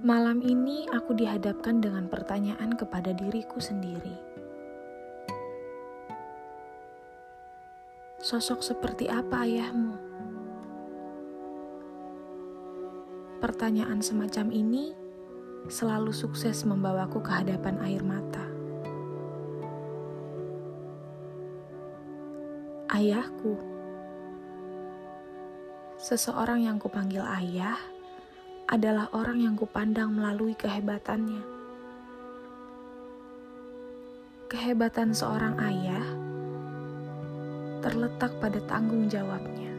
Malam ini aku dihadapkan dengan pertanyaan kepada diriku sendiri. Sosok seperti apa ayahmu? Pertanyaan semacam ini selalu sukses membawaku ke hadapan air mata. Ayahku, seseorang yang kupanggil ayah adalah orang yang kupandang melalui kehebatannya. Kehebatan seorang ayah terletak pada tanggung jawabnya.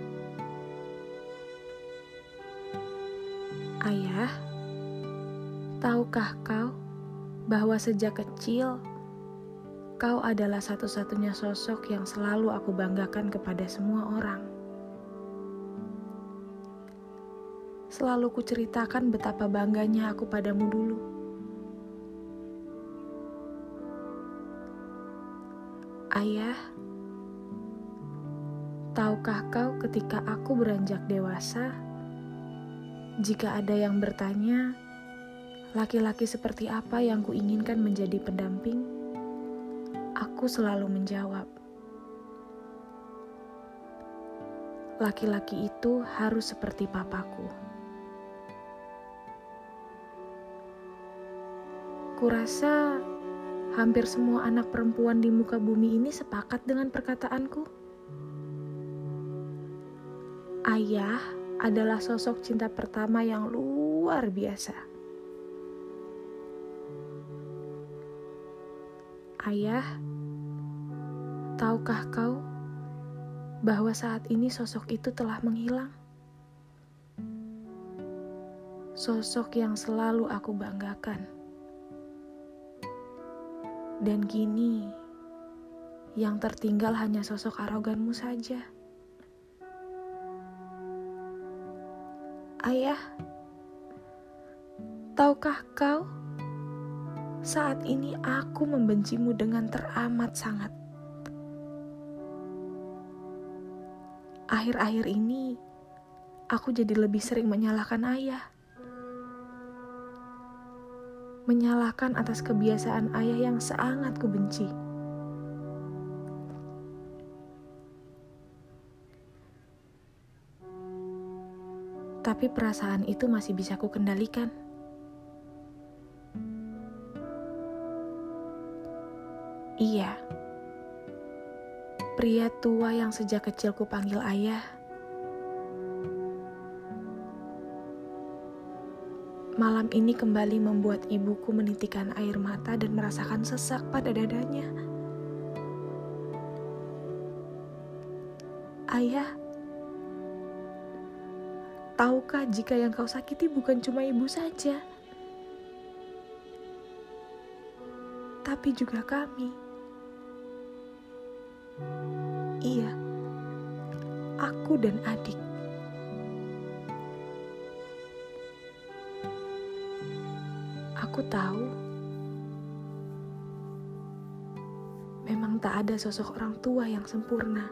Ayah, tahukah kau bahwa sejak kecil kau adalah satu-satunya sosok yang selalu aku banggakan kepada semua orang. Selalu kuceritakan betapa bangganya aku padamu dulu. Ayah, tahukah kau ketika aku beranjak dewasa, jika ada yang bertanya, laki-laki seperti apa yang kuinginkan menjadi pendamping, aku selalu menjawab, laki-laki itu harus seperti papaku. Kurasa hampir semua anak perempuan di muka bumi ini sepakat dengan perkataanku. Ayah adalah sosok cinta pertama yang luar biasa. Ayah, tahukah kau bahwa saat ini sosok itu telah menghilang? Sosok yang selalu aku banggakan. Dan kini, yang tertinggal hanya sosok aroganmu saja. Ayah, tahukah kau, saat ini aku membencimu dengan teramat sangat. Akhir-akhir ini, aku jadi lebih sering menyalahkan ayah. Menyalahkan atas kebiasaan ayah yang sangat kubenci. Tapi perasaan itu masih bisa kukendalikan. Iya, pria tua yang sejak kecil kupanggil ayah, malam ini kembali membuat ibuku menitikkan air mata dan merasakan sesak pada dadanya. Ayah, tahukah jika yang kau sakiti bukan cuma ibu saja, tapi juga kami. Iya, aku dan adik. Aku tahu, memang tak ada sosok orang tua yang sempurna.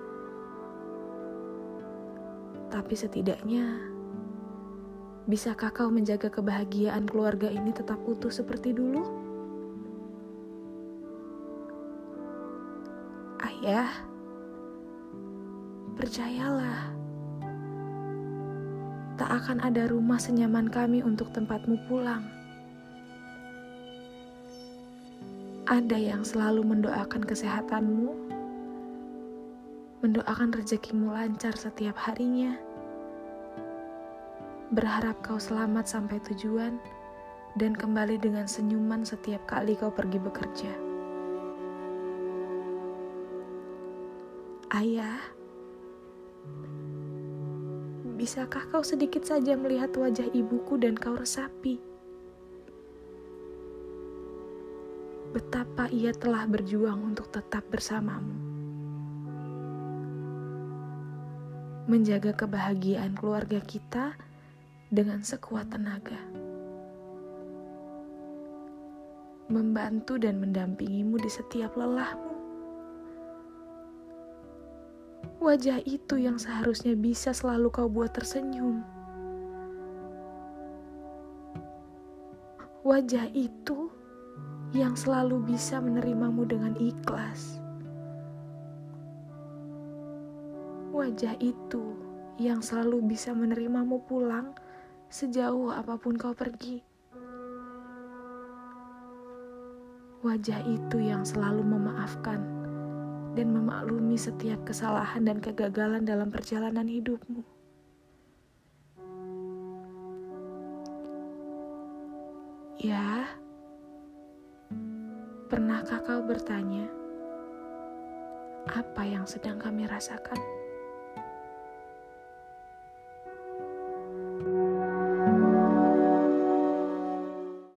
Tapi setidaknya, bisakah kau menjaga kebahagiaan keluarga ini tetap utuh seperti dulu? Ayah, percayalah, tak akan ada rumah senyaman kami untuk tempatmu pulang. Ada yang selalu mendoakan kesehatanmu, mendoakan rezekimu lancar setiap harinya, berharap kau selamat sampai tujuan, dan kembali dengan senyuman setiap kali kau pergi bekerja. Ayah, bisakah kau sedikit saja melihat wajah ibuku dan kau resapi? Betapa ia telah berjuang untuk tetap bersamamu. Menjaga kebahagiaan keluarga kita dengan sekuat tenaga. Membantu dan mendampingimu di setiap lelahmu. Wajah itu yang seharusnya bisa selalu kau buat tersenyum. Wajah itu yang selalu bisa menerimamu dengan ikhlas. Wajah itu yang selalu bisa menerimamu pulang sejauh apapun kau pergi. Wajah itu yang selalu memaafkan dan memaklumi setiap kesalahan dan kegagalan dalam perjalanan hidupmu. Ya, pernahkah kau bertanya, apa yang sedang kami rasakan?